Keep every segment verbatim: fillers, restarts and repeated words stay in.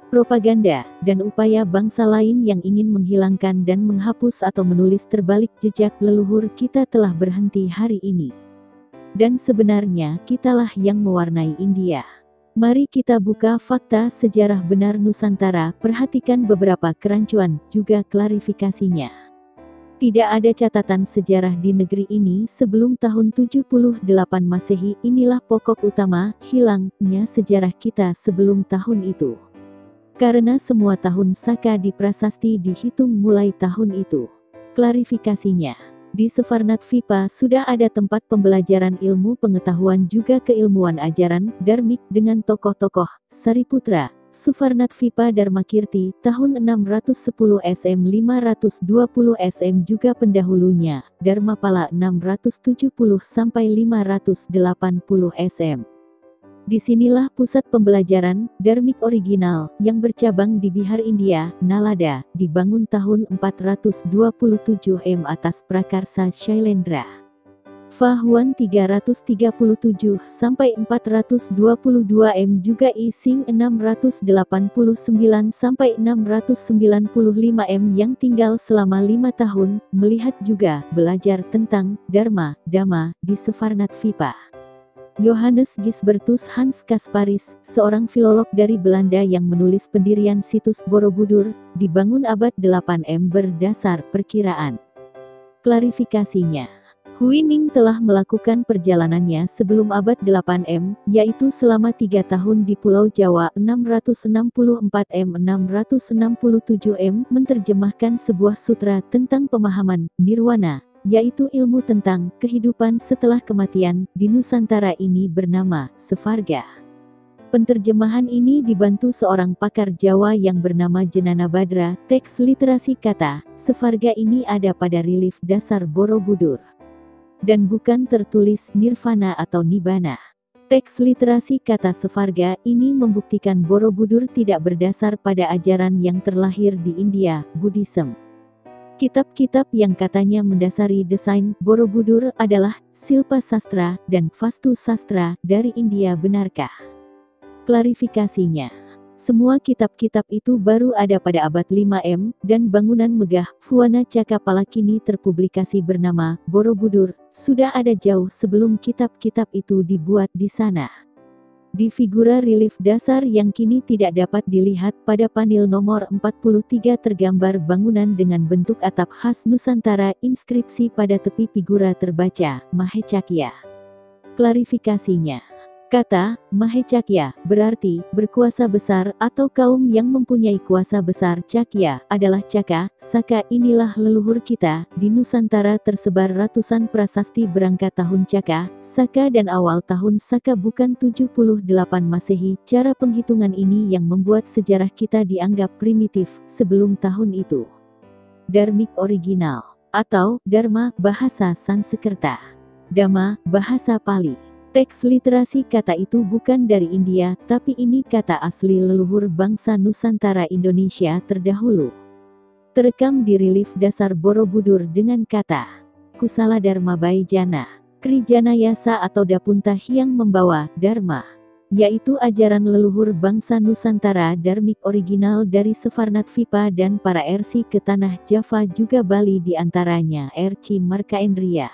propaganda, dan upaya bangsa lain yang ingin menghilangkan dan menghapus atau menulis terbalik jejak leluhur kita telah berhenti hari ini. Dan sebenarnya kitalah yang mewarnai India. Mari kita buka fakta sejarah benar Nusantara, perhatikan beberapa kerancuan, juga klarifikasinya. Tidak ada catatan sejarah di negeri ini sebelum tahun tujuh puluh delapan Masehi, inilah pokok utama, hilangnya sejarah kita sebelum tahun itu. Karena semua tahun Saka di prasasti dihitung mulai tahun itu. Klarifikasinya. Di Suvarnatvipa sudah ada tempat pembelajaran ilmu pengetahuan juga keilmuan ajaran, dharmik dengan tokoh-tokoh, Sariputra, Suvarnatvipa Dharmakirti, tahun enam ratus sepuluh Masehi lima ratus dua puluh Masehi juga pendahulunya, Dharmapala enam ratus tujuh puluh sampai lima ratus delapan puluh Masehi. Disinilah pusat pembelajaran, dharmik original, yang bercabang di Bihar India, Nalada, dibangun tahun empat ratus dua puluh tujuh Masehi atas prakarsa Shailendra. Fahuan tiga ratus tiga puluh tujuh sampai empat ratus dua puluh dua Masehi juga Ising enam ratus delapan puluh sembilan sampai enam ratus sembilan puluh lima Masehi yang tinggal selama lima tahun, melihat juga, belajar tentang, Dharma, Dhamma, di Suvarnatvipa. Johannes Gisbertus Hans Kasparis, seorang filolog dari Belanda yang menulis pendirian situs Borobudur, dibangun abad delapan Masehi berdasar perkiraan. Klarifikasinya. Huining telah melakukan perjalanannya sebelum abad delapan Masehi, yaitu selama tiga tahun di Pulau Jawa enam ratus enam puluh empat Masehi enam ratus enam puluh tujuh Masehi, menerjemahkan sebuah sutra tentang pemahaman, nirwana, yaitu ilmu tentang kehidupan setelah kematian, di Nusantara ini bernama Sevarga. Penterjemahan ini dibantu seorang pakar Jawa yang bernama Jenana Badra. Teks literasi kata Sevarga ini ada pada relief dasar Borobudur, dan bukan tertulis Nirvana atau Nibbana. Teks literasi kata Sevarga ini membuktikan Borobudur tidak berdasar pada ajaran yang terlahir di India, Buddhism. Kitab-kitab yang katanya mendasari desain Borobudur adalah Silpa Sastra dan Vastu Sastra dari India, benarkah? Klarifikasinya. Semua kitab-kitab itu baru ada pada abad lima Masehi, dan bangunan megah, Fuana Cakapalakini terpublikasi bernama Borobudur, sudah ada jauh sebelum kitab-kitab itu dibuat di sana. Di figura relief dasar yang kini tidak dapat dilihat pada panel nomor empat puluh tiga tergambar bangunan dengan bentuk atap khas Nusantara, inskripsi pada tepi figura terbaca, Mahecakya. Klarifikasinya. Kata, Mahecakya, berarti, berkuasa besar, atau kaum yang mempunyai kuasa besar. Cakya, adalah Caka, Saka. Inilah leluhur kita, di Nusantara tersebar ratusan prasasti berangkat tahun Caka, Saka dan awal tahun Saka bukan tujuh puluh delapan Masehi. Cara penghitungan ini yang membuat sejarah kita dianggap primitif, sebelum tahun itu. Dharmik original, atau, Dharma, bahasa Sanskerta. Dhamma, bahasa Pali. Teks literasi kata itu bukan dari India, tapi ini kata asli leluhur bangsa Nusantara Indonesia terdahulu. Terekam di relief dasar Borobudur dengan kata Kusala Dharma Baijana, Krijanayasa atau Dapunta yang membawa Dharma, yaitu ajaran leluhur bangsa Nusantara dharmik original dari Suvarnatvipa dan para ersi ke tanah Java juga Bali diantaranya Erci Markaendria.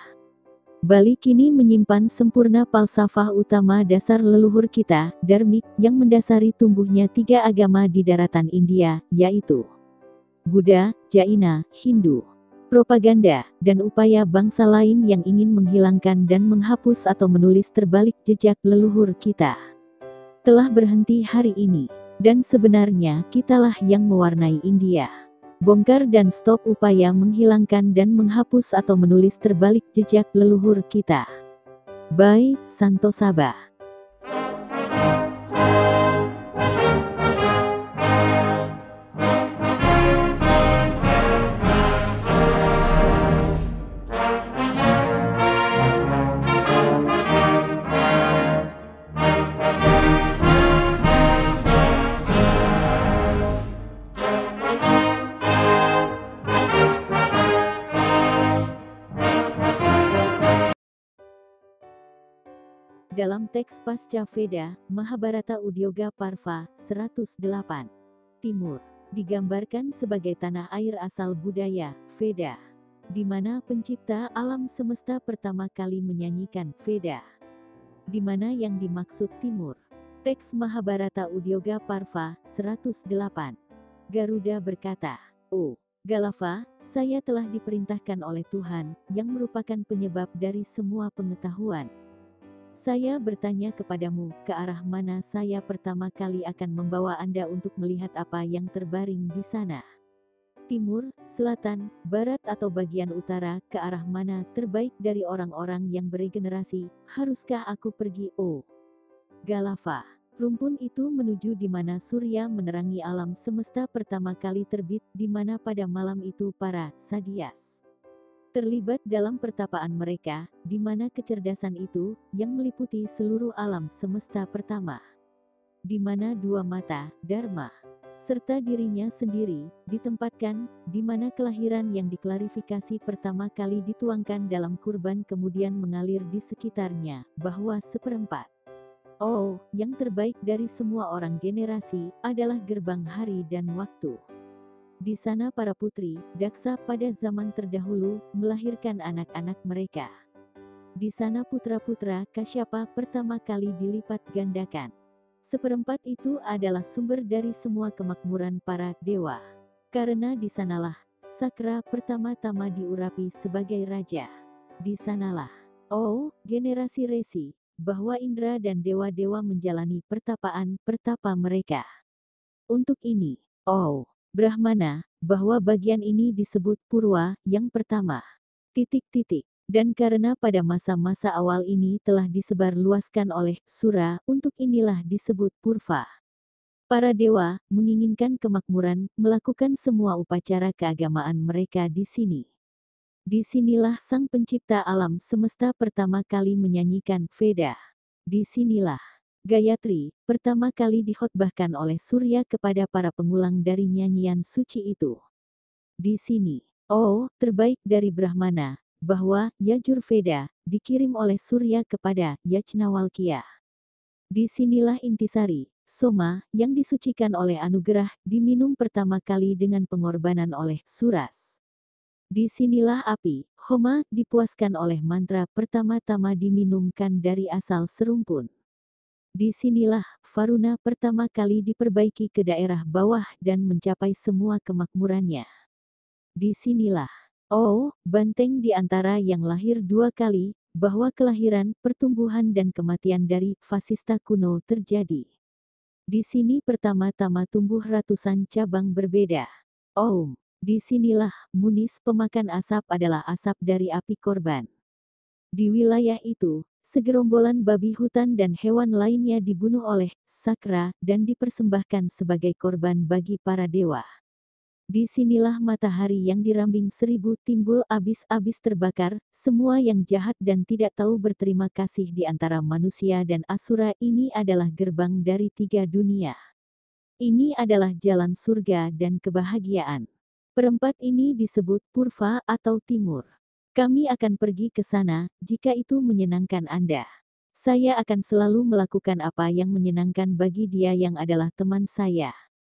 Bali kini menyimpan sempurna falsafah utama dasar leluhur kita, dharmik, yang mendasari tumbuhnya tiga agama di daratan India, yaitu Buddha, Jaina, Hindu. Propaganda, dan upaya bangsa lain yang ingin menghilangkan dan menghapus atau menulis terbalik jejak leluhur kita telah berhenti hari ini. Dan sebenarnya kitalah yang mewarnai India. Bongkar dan stop upaya menghilangkan dan menghapus atau menulis terbalik jejak leluhur kita. By Santo Saba. Dalam teks Pasca Veda, Mahabharata Udyoga Parva, seratus delapan. Timur digambarkan sebagai tanah air asal budaya Veda, di mana pencipta alam semesta pertama kali menyanyikan Veda. Di mana yang dimaksud timur? Teks Mahabharata Udyoga Parva seratus delapan. Garuda berkata, "Oh, Galava, saya telah diperintahkan oleh Tuhan, yang merupakan penyebab dari semua pengetahuan. Saya bertanya kepadamu, ke arah mana saya pertama kali akan membawa Anda untuk melihat apa yang terbaring di sana? Timur, selatan, barat atau bagian utara, ke arah mana terbaik dari orang-orang yang beregenerasi, haruskah aku pergi, oh Galava?" Rumpun itu menuju di mana surya menerangi alam semesta pertama kali terbit, di mana pada malam itu para Sadyas terlibat dalam pertapaan mereka, di mana kecerdasan itu, yang meliputi seluruh alam semesta pertama. Di mana dua mata, Dharma, serta dirinya sendiri, ditempatkan, di mana kelahiran yang diklarifikasi pertama kali dituangkan dalam kurban kemudian mengalir di sekitarnya, bahwa seperempat Oh, yang terbaik dari semua orang generasi, adalah gerbang hari dan waktu. Di sana para putri, Daksa pada zaman terdahulu, melahirkan anak-anak mereka. Di sana putra-putra Kasyapa pertama kali dilipat gandakan. Seperempat itu adalah sumber dari semua kemakmuran para dewa. Karena di sanalah, Sakra pertama-tama diurapi sebagai raja. Di sanalah, oh, generasi Resi, bahwa Indra dan dewa-dewa menjalani pertapaan, pertapa mereka. Untuk ini, oh, Brahmana, bahwa bagian ini disebut Purwa, yang pertama. Titik-titik. Dan karena pada masa-masa awal ini telah disebarluaskan oleh Sura, untuk inilah disebut Purva. Para dewa, menginginkan kemakmuran, melakukan semua upacara keagamaan mereka di sini. Disinilah sang pencipta alam semesta pertama kali menyanyikan Veda. Disinilah Gayatri pertama kali dikhotbahkan oleh Surya kepada para pengulang dari nyanyian suci itu. Di sini, oh, terbaik dari Brahmana, bahwa Yajurveda dikirim oleh Surya kepada Yajnavalkya. Disinilah intisari, Soma, yang disucikan oleh anugerah, diminum pertama kali dengan pengorbanan oleh Suras. Disinilah api, Homa, dipuaskan oleh mantra pertama-tama diminumkan dari asal serumpun. Disinilah Varuna pertama kali diperbaiki ke daerah bawah dan mencapai semua kemakmurannya. Disinilah, oh, banteng di antara yang lahir dua kali, bahwa kelahiran, pertumbuhan dan kematian dari Vasista kuno terjadi. Di sini pertama-tama tumbuh ratusan cabang berbeda. Om. Disinilah, Munis pemakan asap adalah asap dari api korban. Di wilayah itu, segerombolan babi hutan dan hewan lainnya dibunuh oleh Sakra, dan dipersembahkan sebagai korban bagi para dewa. Disinilah matahari yang dirambing seribu timbul abis-abis terbakar, semua yang jahat dan tidak tahu berterima kasih di antara manusia dan asura ini adalah gerbang dari tiga dunia. Ini adalah jalan surga dan kebahagiaan. Perempat ini disebut Purva atau Timur. Kami akan pergi ke sana, jika itu menyenangkan Anda. Saya akan selalu melakukan apa yang menyenangkan bagi dia yang adalah teman saya.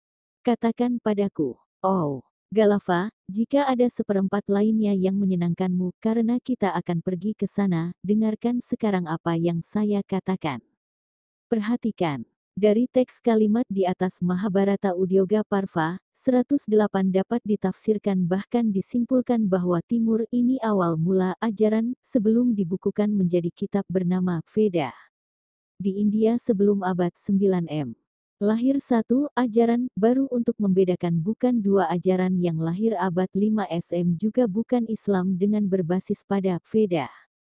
Katakan padaku, oh, Galava, jika ada seperempat lainnya yang menyenangkanmu, karena kita akan pergi ke sana, dengarkan sekarang apa yang saya katakan. Perhatikan. Dari teks kalimat di atas Mahabharata Udyoga Parva, seratus delapan dapat ditafsirkan bahkan disimpulkan bahwa Timur ini awal mula ajaran, sebelum dibukukan menjadi kitab bernama Veda. Di India sebelum abad sembilan M. Lahir satu ajaran baru untuk membedakan bukan dua ajaran yang lahir abad lima S M juga bukan Islam dengan berbasis pada Veda.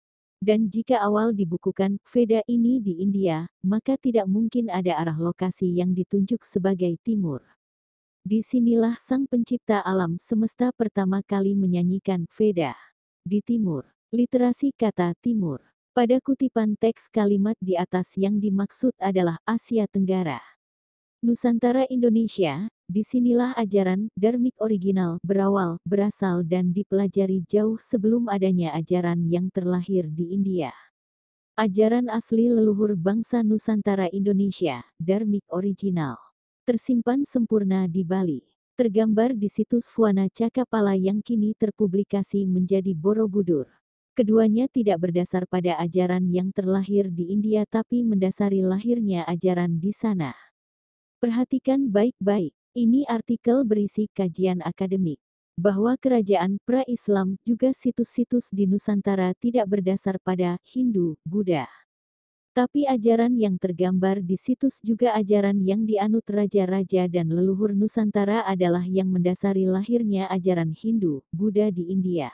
Dan jika awal dibukukan Veda ini di India, maka tidak mungkin ada arah lokasi yang ditunjuk sebagai Timur. Disinilah sang pencipta alam semesta pertama kali menyanyikan Veda. Di Timur, literasi kata Timur. Pada kutipan teks kalimat di atas yang dimaksud adalah Asia Tenggara. Nusantara Indonesia, disinilah ajaran dharmik original berawal, berasal dan dipelajari jauh sebelum adanya ajaran yang terlahir di India. Ajaran asli leluhur bangsa Nusantara Indonesia, dharmik original. tersimpan sempurna di Bali. Tergambar di situs Fuana Cakapala yang kini terpublikasi menjadi Borobudur. Keduanya tidak berdasar pada ajaran yang terlahir di India tapi mendasari lahirnya ajaran di sana. Perhatikan baik-baik, ini artikel berisi kajian akademik. Bahwa kerajaan pra-Islam juga situs-situs di Nusantara tidak berdasar pada Hindu, Buddha. Tapi ajaran yang tergambar di situs juga ajaran yang dianut raja-raja dan leluhur Nusantara adalah yang mendasari lahirnya ajaran Hindu, Buddha di India.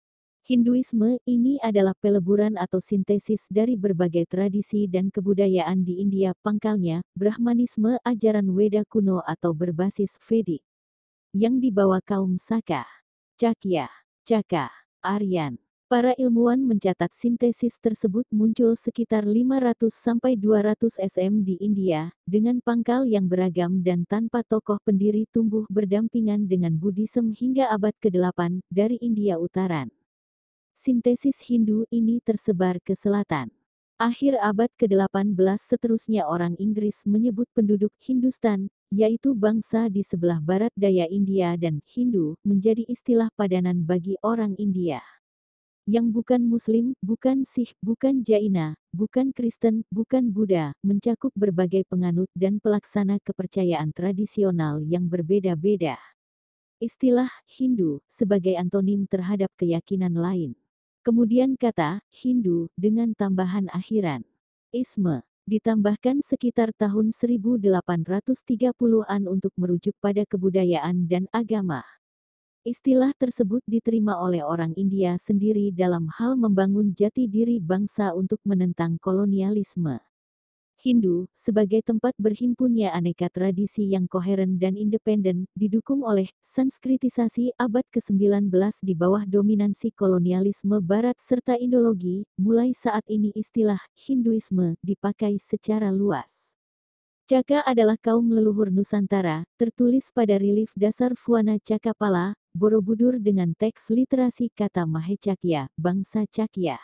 Hinduisme ini adalah peleburan atau sintesis dari berbagai tradisi dan kebudayaan di India. Pangkalnya, Brahmanisme ajaran Weda kuno atau berbasis Vedic. Yang dibawa kaum Saka, Cakya, Caka, Aryan. Para ilmuwan mencatat sintesis tersebut muncul sekitar lima ratus sampai dua ratus S M di India, dengan pangkal yang beragam dan tanpa tokoh pendiri tumbuh berdampingan dengan Buddhisme hingga abad kedelapan dari India Utaran. Sintesis Hindu ini tersebar ke selatan. Akhir abad kedelapan belas seterusnya orang Inggris menyebut penduduk Hindustan, yaitu bangsa di sebelah barat daya India dan Hindu, menjadi istilah padanan bagi orang India. Yang bukan Muslim, bukan Sikh, bukan Jaina, bukan Kristen, bukan Buddha, mencakup berbagai penganut dan pelaksana kepercayaan tradisional yang berbeda-beda. Istilah Hindu sebagai antonim terhadap keyakinan lain. Kemudian kata Hindu dengan tambahan akhiran isme ditambahkan sekitar tahun seribu delapan ratus tiga puluhan untuk merujuk pada kebudayaan dan agama. Istilah tersebut diterima oleh orang India sendiri dalam hal membangun jati diri bangsa untuk menentang kolonialisme. Hindu, sebagai tempat berhimpunnya aneka tradisi yang koheren dan independen, didukung oleh sanskritisasi abad kesembilan belas di bawah dominansi kolonialisme Barat serta Indologi. Mulai saat ini istilah Hinduisme dipakai secara luas. Caka adalah kaum leluhur Nusantara, tertulis pada relief dasar Fuana Cakapala, Borobudur dengan teks literasi kata Mahecakya, bangsa Cakya,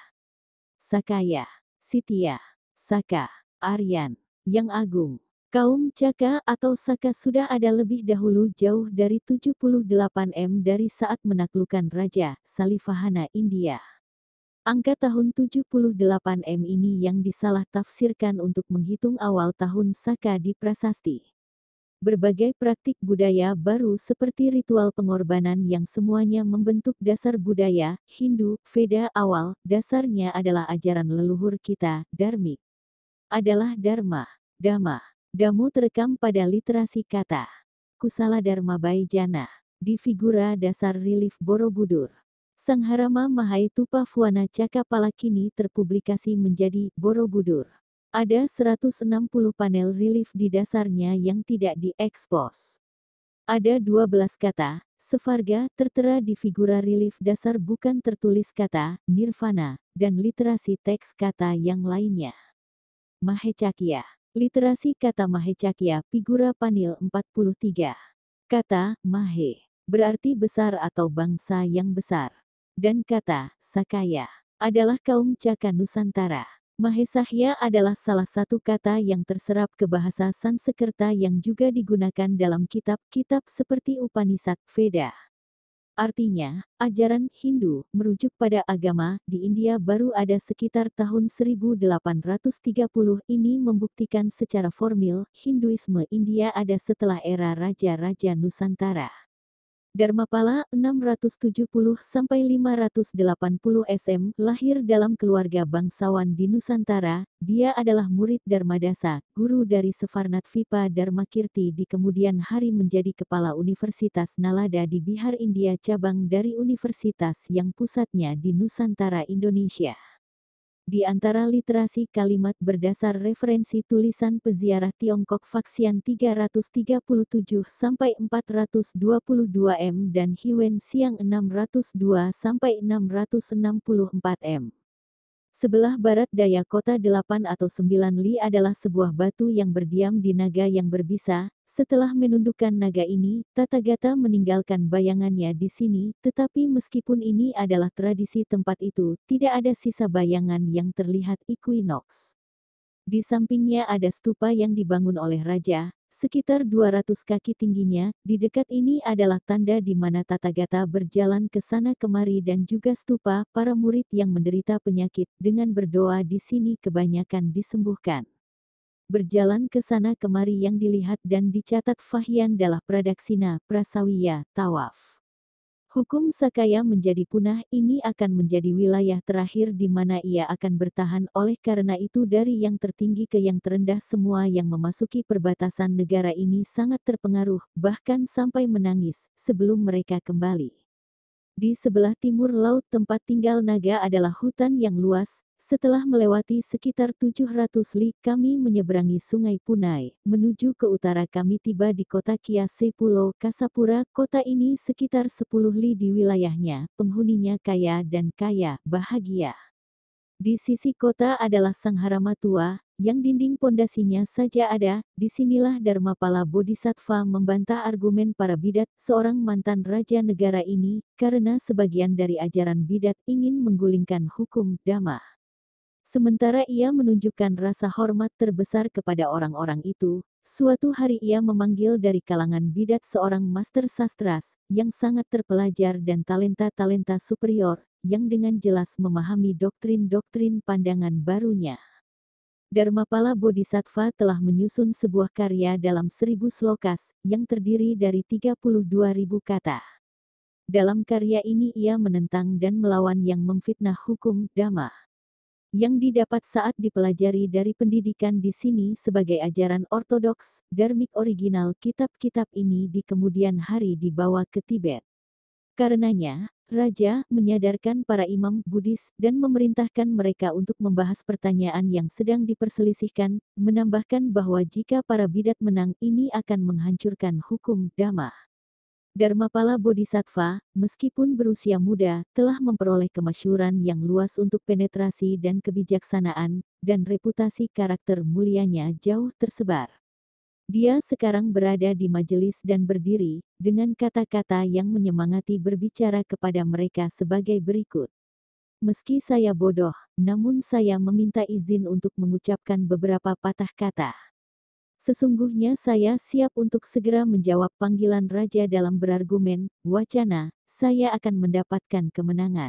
Sakaya, Sitya, Saka, Aryan, yang agung. Kaum Caka atau Saka sudah ada lebih dahulu jauh dari tujuh puluh delapan M dari saat menaklukkan Raja Salivahana India. Angka tahun tujuh puluh delapan M ini yang disalah tafsirkan untuk menghitung awal tahun Saka di prasasti. Berbagai praktik budaya baru seperti ritual pengorbanan yang semuanya membentuk dasar budaya Hindu, Veda awal, dasarnya adalah ajaran leluhur kita, Dharmik. Adalah Dharma, Dhamma, Damu terekam pada literasi kata Kusala Dharma Baijana di figura dasar relief Borobudur. Sangharama Mahaitupa Fuana Cakapala kini terpublikasi menjadi Borobudur. Ada seratus enam puluh panel relief di dasarnya yang tidak diekspos. Ada dua belas kata Sevarga tertera di figura relief dasar bukan tertulis kata Nirvana dan literasi teks kata yang lainnya. Mahecakya. Literasi kata Mahecakya, figura panel empat puluh tiga. Kata Mahe berarti besar atau bangsa yang besar. Dan kata Sakaya adalah kaum Caka Nusantara. Mahesahya adalah salah satu kata yang terserap ke bahasa Sanskerta yang juga digunakan dalam kitab-kitab seperti Upanishad, Veda. Artinya, ajaran Hindu, merujuk pada agama, di India baru ada sekitar tahun seribu delapan ratus tiga puluh ini membuktikan secara formil, Hinduisme India ada setelah era Raja-Raja Nusantara. Dharmapala enam ratus tujuh puluh sampai lima ratus delapan puluh S M lahir dalam keluarga bangsawan di Nusantara. Dia adalah murid Dharmadasa, guru dari Sevarnatvipa Dharmakirti di kemudian hari menjadi kepala Universitas Nalada di Bihar India cabang dari universitas yang pusatnya di Nusantara Indonesia. Di antara literasi kalimat berdasar referensi tulisan peziarah Tiongkok Faksian tiga ratus tiga puluh tujuh sampai empat ratus dua puluh dua M dan Hiuen Siang enam ratus dua sampai enam ratus enam puluh empat M. Sebelah barat daya kota delapan atau sembilan Li adalah sebuah batu yang berdiam di naga yang berbisa. Setelah menundukkan naga ini, Tathagata meninggalkan bayangannya di sini, tetapi meskipun ini adalah tradisi tempat itu, tidak ada sisa bayangan yang terlihat equinox. Di sampingnya ada stupa yang dibangun oleh raja, sekitar dua ratus kaki tingginya. Di dekat ini adalah tanda di mana Tathagata berjalan ke sana kemari dan juga stupa para murid yang menderita penyakit dengan berdoa di sini kebanyakan disembuhkan. Berjalan ke sana kemari yang dilihat dan dicatat Fahyan adalah Pradaksina, Prasawiya, Tawaf. Hukum Sakaya menjadi punah, ini akan menjadi wilayah terakhir di mana ia akan bertahan. Oleh karena itu dari yang tertinggi ke yang terendah semua yang memasuki perbatasan negara ini sangat terpengaruh, bahkan sampai menangis, sebelum mereka kembali. Di sebelah timur laut tempat tinggal naga adalah hutan yang luas. Setelah melewati sekitar tujuh ratus li, kami menyeberangi sungai Punai. Menuju ke utara kami tiba di kota Kiase Pulau Kasapura. Kota ini sekitar sepuluh li di wilayahnya, penghuninya kaya dan kaya, bahagia. Di sisi kota adalah Sangharama tua, yang dinding pondasinya saja ada. Disinilah Dharmapala Bodhisattva membantah argumen para bidat, seorang mantan raja negara ini, karena sebagian dari ajaran bidat ingin menggulingkan hukum Dhamma. Sementara ia menunjukkan rasa hormat terbesar kepada orang-orang itu, suatu hari ia memanggil dari kalangan bidat seorang master sastras, yang sangat terpelajar dan talenta-talenta superior, yang dengan jelas memahami doktrin-doktrin pandangan barunya. Dharmapala Bodhisattva telah menyusun sebuah karya dalam seribu slokas, yang terdiri dari tiga puluh dua ribu kata. Dalam karya ini ia menentang dan melawan yang memfitnah hukum Dhamma. Yang didapat saat dipelajari dari pendidikan di sini sebagai ajaran ortodoks, dharmik original. Kitab-kitab ini di kemudian hari dibawa ke Tibet. Karenanya, Raja menyadarkan para imam Buddhis dan memerintahkan mereka untuk membahas pertanyaan yang sedang diperselisihkan, menambahkan bahwa jika para bidat menang ini akan menghancurkan hukum Dhamma. Dharmapala Bodhisattva, meskipun berusia muda, telah memperoleh kemasyhuran yang luas untuk penetrasi dan kebijaksanaan, dan reputasi karakter mulianya jauh tersebar. Dia sekarang berada di majelis dan berdiri, dengan kata-kata yang menyemangati berbicara kepada mereka sebagai berikut. Meski saya bodoh, namun saya meminta izin untuk mengucapkan beberapa patah kata. Sesungguhnya saya siap untuk segera menjawab panggilan raja dalam berargumen, wacana, saya akan mendapatkan kemenangan.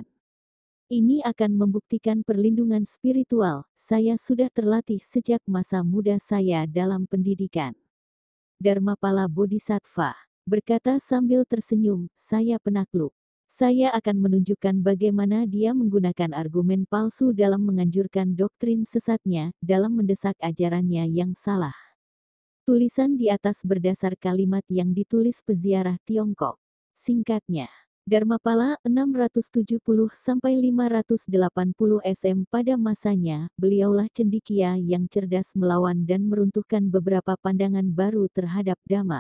Ini akan membuktikan perlindungan spiritual, saya sudah terlatih sejak masa muda saya dalam pendidikan. Dharmapala Bodhisattva berkata sambil tersenyum, saya penakluk. Saya akan menunjukkan bagaimana dia menggunakan argumen palsu dalam menganjurkan doktrin sesatnya, dalam mendesak ajarannya yang salah. Tulisan di atas berdasar kalimat yang ditulis peziarah Tiongkok. Singkatnya, Dharmapala enam ratus tujuh puluh sampai lima ratus delapan puluh S M pada masanya, beliaulah cendekia yang cerdas melawan dan meruntuhkan beberapa pandangan baru terhadap Dhamma.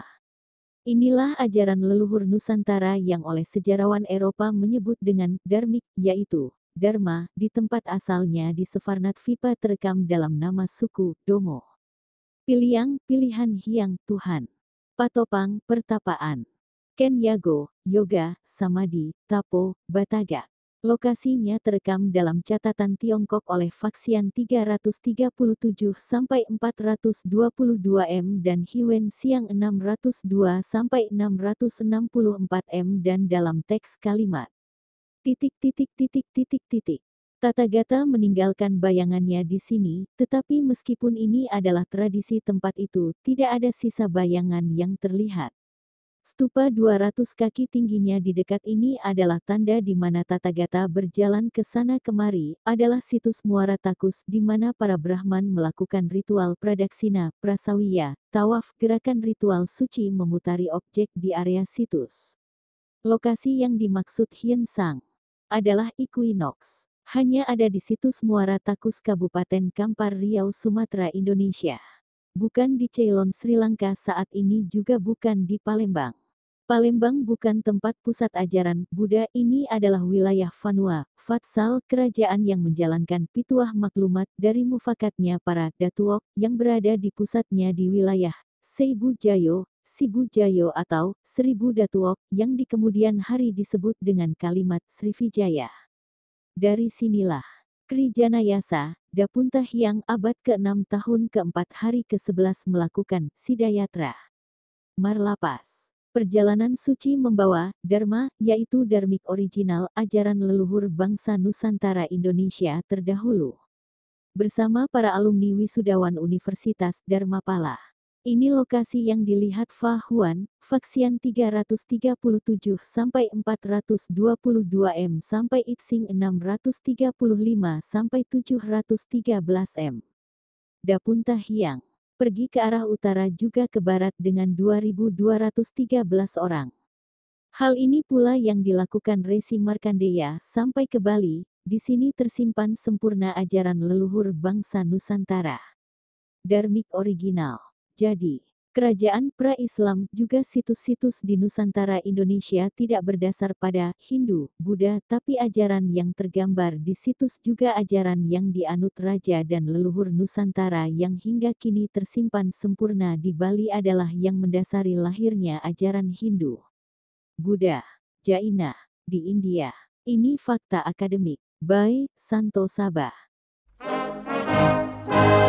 Inilah ajaran leluhur Nusantara yang oleh sejarawan Eropa menyebut dengan dharmik, yaitu Dharma, di tempat asalnya di Sefarnatvipa terekam dalam nama suku, Domo. Piliang, pilihan Hyang, Tuhan. Patopang, pertapaan. Ken Yago, yoga, samadhi, tapo, bataga. Lokasinya terekam dalam catatan Tiongkok oleh Faxian tiga ratus tiga puluh tujuh sampai empat ratus dua puluh dua M dan Hiuen Xiang enam ratus dua sampai enam ratus enam puluh empat M dan dalam teks kalimat. Titik titik titik titik titik. Tathagata meninggalkan bayangannya di sini, tetapi meskipun ini adalah tradisi tempat itu, tidak ada sisa bayangan yang terlihat. Stupa dua ratus kaki tingginya di dekat ini adalah tanda di mana Tathagata berjalan ke sana kemari, adalah situs Muara Takus di mana para Brahman melakukan ritual pradaksina, prasawiya, tawaf, gerakan ritual suci memutari objek di area situs. Lokasi yang dimaksud Hien Sang adalah Equinox. Hanya ada di situs Muara Takus Kabupaten Kampar Riau, Sumatera, Indonesia. Bukan di Ceylon, Sri Lanka saat ini, juga bukan di Palembang. Palembang bukan tempat pusat ajaran Buddha, ini adalah wilayah Vanua, Fatsal, kerajaan yang menjalankan pituah maklumat dari mufakatnya para Datuok, yang berada di pusatnya di wilayah Seibu Jayo, Sibu Jayo atau Seribu Datuok, yang di kemudian hari disebut dengan kalimat Srivijaya. Dari sinilah Krijanayasa, Dapunta Hyang abad keenam tahun keempat hari kesebelas melakukan Sidayatra. Marlapas. Perjalanan suci membawa Dharma, yaitu Dharmik original, ajaran leluhur bangsa Nusantara Indonesia terdahulu. Bersama para alumni wisudawan Universitas Dharmapala. Ini lokasi yang dilihat Fa Huan, Faksian tiga ratus tiga puluh tujuh sampai empat ratus dua puluh dua M sampai Itsing enam ratus tiga puluh lima sampai tujuh ratus tiga belas M. Dapunta Hyang pergi ke arah utara juga ke barat dengan dua ribu dua ratus tiga belas orang. Hal ini pula yang dilakukan Resi Markandeya sampai ke Bali. Di sini tersimpan sempurna ajaran leluhur bangsa Nusantara. Dharmik original. Jadi, kerajaan pra-Islam juga situs-situs di Nusantara Indonesia tidak berdasar pada Hindu, Buddha, tapi ajaran yang tergambar di situs juga ajaran yang dianut raja dan leluhur Nusantara yang hingga kini tersimpan sempurna di Bali adalah yang mendasari lahirnya ajaran Hindu, Buddha, Jaina di India. Ini fakta akademik. By Santo Sabah.